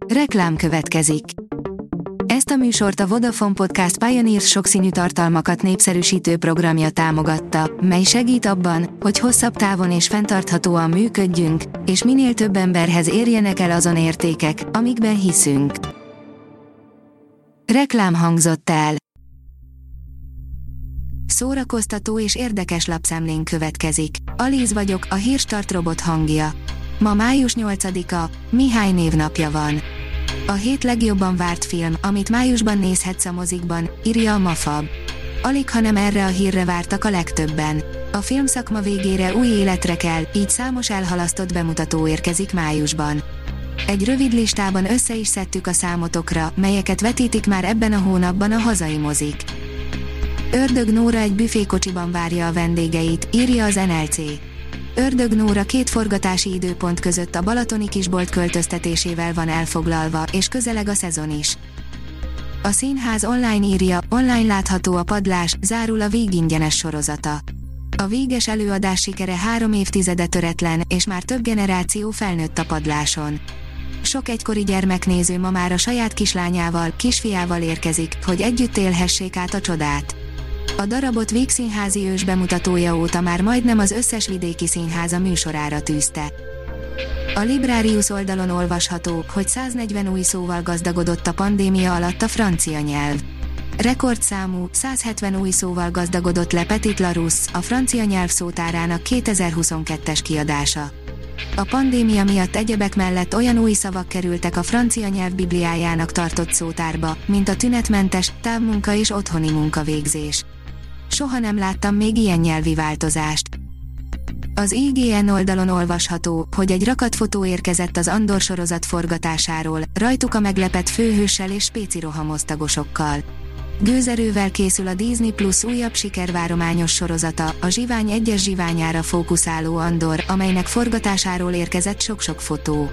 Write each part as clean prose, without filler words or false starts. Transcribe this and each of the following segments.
Reklám következik. Ezt a műsort a Vodafone Podcast Pioneers sokszínű tartalmakat népszerűsítő programja támogatta, mely segít abban, hogy hosszabb távon és fenntarthatóan működjünk, és minél több emberhez érjenek el azon értékek, amikben hiszünk. Reklám hangzott el. Szórakoztató és érdekes lapszemlén következik. Alíz vagyok, a Hírstart robot hangja. Ma május 8-a, Mihály névnapja van. A hét legjobban várt film, amit májusban nézhetsz a mozikban, írja a Mafab. Alighanem erre a hírre vártak a legtöbben. A filmszakma végére új életre kell, így számos elhalasztott bemutató érkezik májusban. Egy rövid listában össze is szedtük a számotokra, melyeket vetítik már ebben a hónapban a hazai mozik. Ördög Nóra egy büfékocsiban várja a vendégeit, írja az NLC. Ördög Nóra 2 forgatási időpont között a balatoni kisbolt költöztetésével van elfoglalva, és közeleg a szezon is. A Színház online írja, online látható a Padlás, zárul a Víg ingyenes sorozata. A Víges előadás sikere 3 évtizede töretlen, és már több generáció felnőtt a Padláson. Sok egykori gyermeknéző ma már a saját kislányával, kisfiával érkezik, hogy együtt élhessék át a csodát. A darabot Víg színházi ős bemutatója óta már majdnem az összes vidéki színház a műsorára tűzte. A Librarius oldalon olvasható, hogy 140 új szóval gazdagodott a pandémia alatt a francia nyelv. Rekordszámú, 170 új szóval gazdagodott le Petit Larousse, a francia nyelv szótárának 2022-es kiadása. A pandémia miatt egyebek mellett olyan új szavak kerültek a francia nyelv bibliájának tartott szótárba, mint a tünetmentes, távmunka és otthoni munkavégzés. Soha nem láttam még ilyen nyelvi változást. Az IGN oldalon olvasható, hogy egy rakatfotó érkezett az Andor sorozat forgatásáról, rajtuk a meglepett főhőssel és spéci rohamosztagosokkal. Gőzerővel készül a Disney Plus újabb sikervárományos sorozata, a Zsivány egyes zsiványára fókuszáló Andor, amelynek forgatásáról érkezett sok-sok fotó.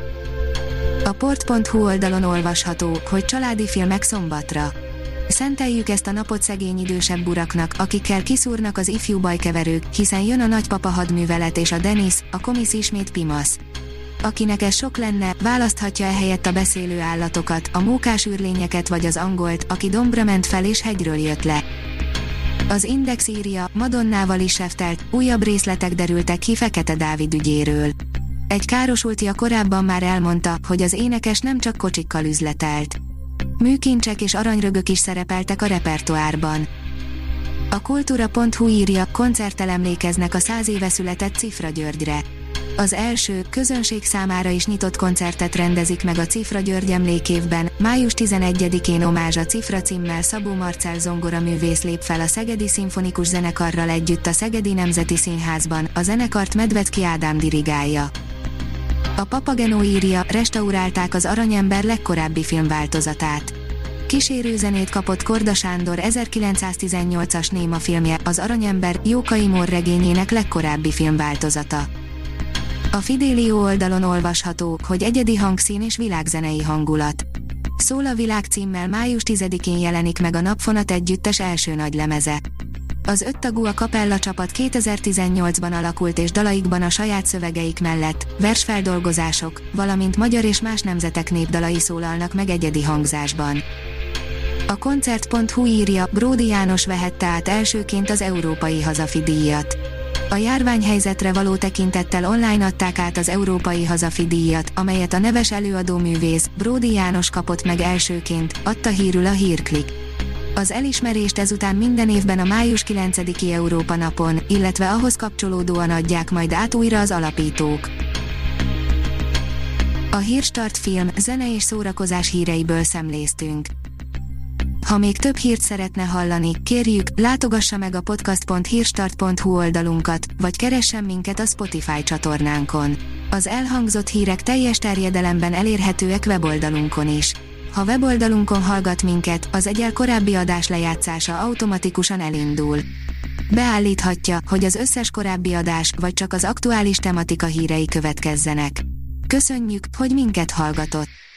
A port.hu oldalon olvasható, hogy családi filmek szombatra. Szenteljük ezt a napot szegény idősebb uraknak, akikkel kiszúrnak az ifjú bajkeverők, hiszen jön a nagypapa hadművelet és a Dennis, a komisz ismét pimasz. Akinek ez sok lenne, választhatja ehelyett a beszélő állatokat, a mókás űrlényeket vagy az angolt, aki dombra ment fel és hegyről jött le. Az Index írja, Madonnával is seftelt, újabb részletek derültek ki Fekete Dávid ügyéről. Egy károsultja korábban már elmondta, hogy az énekes nem csak kocsikkal üzletelt. Műkincsek és aranyrögök is szerepeltek a repertoárban. A kultúra.hu írja, koncerttel emlékeznek a 100 éve született Cifra Györgyre. Az első, közönség számára is nyitott koncertet rendezik meg a Cifra György emlékévben, május 11-én Omázs a Cifra címmel Szabó Marcell zongoraművész lép fel a Szegedi Szimfonikus Zenekarral együtt a Szegedi Nemzeti Színházban, a zenekart Medvecki Ádám dirigálja. A Papageno írja, restaurálták az Aranyember legkorábbi filmváltozatát. Kísérőzenét kapott Korda Sándor 1918-as néma filmje, az Aranyember, Jókai Mór regényének legkorábbi filmváltozata. A Fidelio oldalon olvasható, hogy egyedi hangszín és világzenei hangulat. Szól a világ címmel május 10-én jelenik meg a Napfonat együttes első nagylemeze. Az 5 tagú a Kapella csapat 2018-ban alakult és dalaikban a saját szövegeik mellett versfeldolgozások, valamint magyar és más nemzetek népdalai szólalnak meg egyedi hangzásban. A koncert.hu írja, Bródi János vehette át elsőként az Európai Hazafi díjat. A járványhelyzetre való tekintettel online adták át az Európai Hazafi díjat, amelyet a neves előadóművész, Bródi János kapott meg elsőként, adta hírül a Hírklik. Az elismerést ezután minden évben a május 9-i Európa napon, illetve ahhoz kapcsolódóan adják majd át újra az alapítók. A Hírstart film, zene és szórakozás híreiből szemléztünk. Ha még több hírt szeretne hallani, kérjük, látogassa meg a podcast.hírstart.hu oldalunkat, vagy keressen minket a Spotify csatornánkon. Az elhangzott hírek teljes terjedelemben elérhetőek weboldalunkon is. Ha weboldalunkon hallgat minket, az egyel korábbi adás lejátszása automatikusan elindul. Beállíthatja, hogy az összes korábbi adás, vagy csak az aktuális tematika hírei következzenek. Köszönjük, hogy minket hallgatott!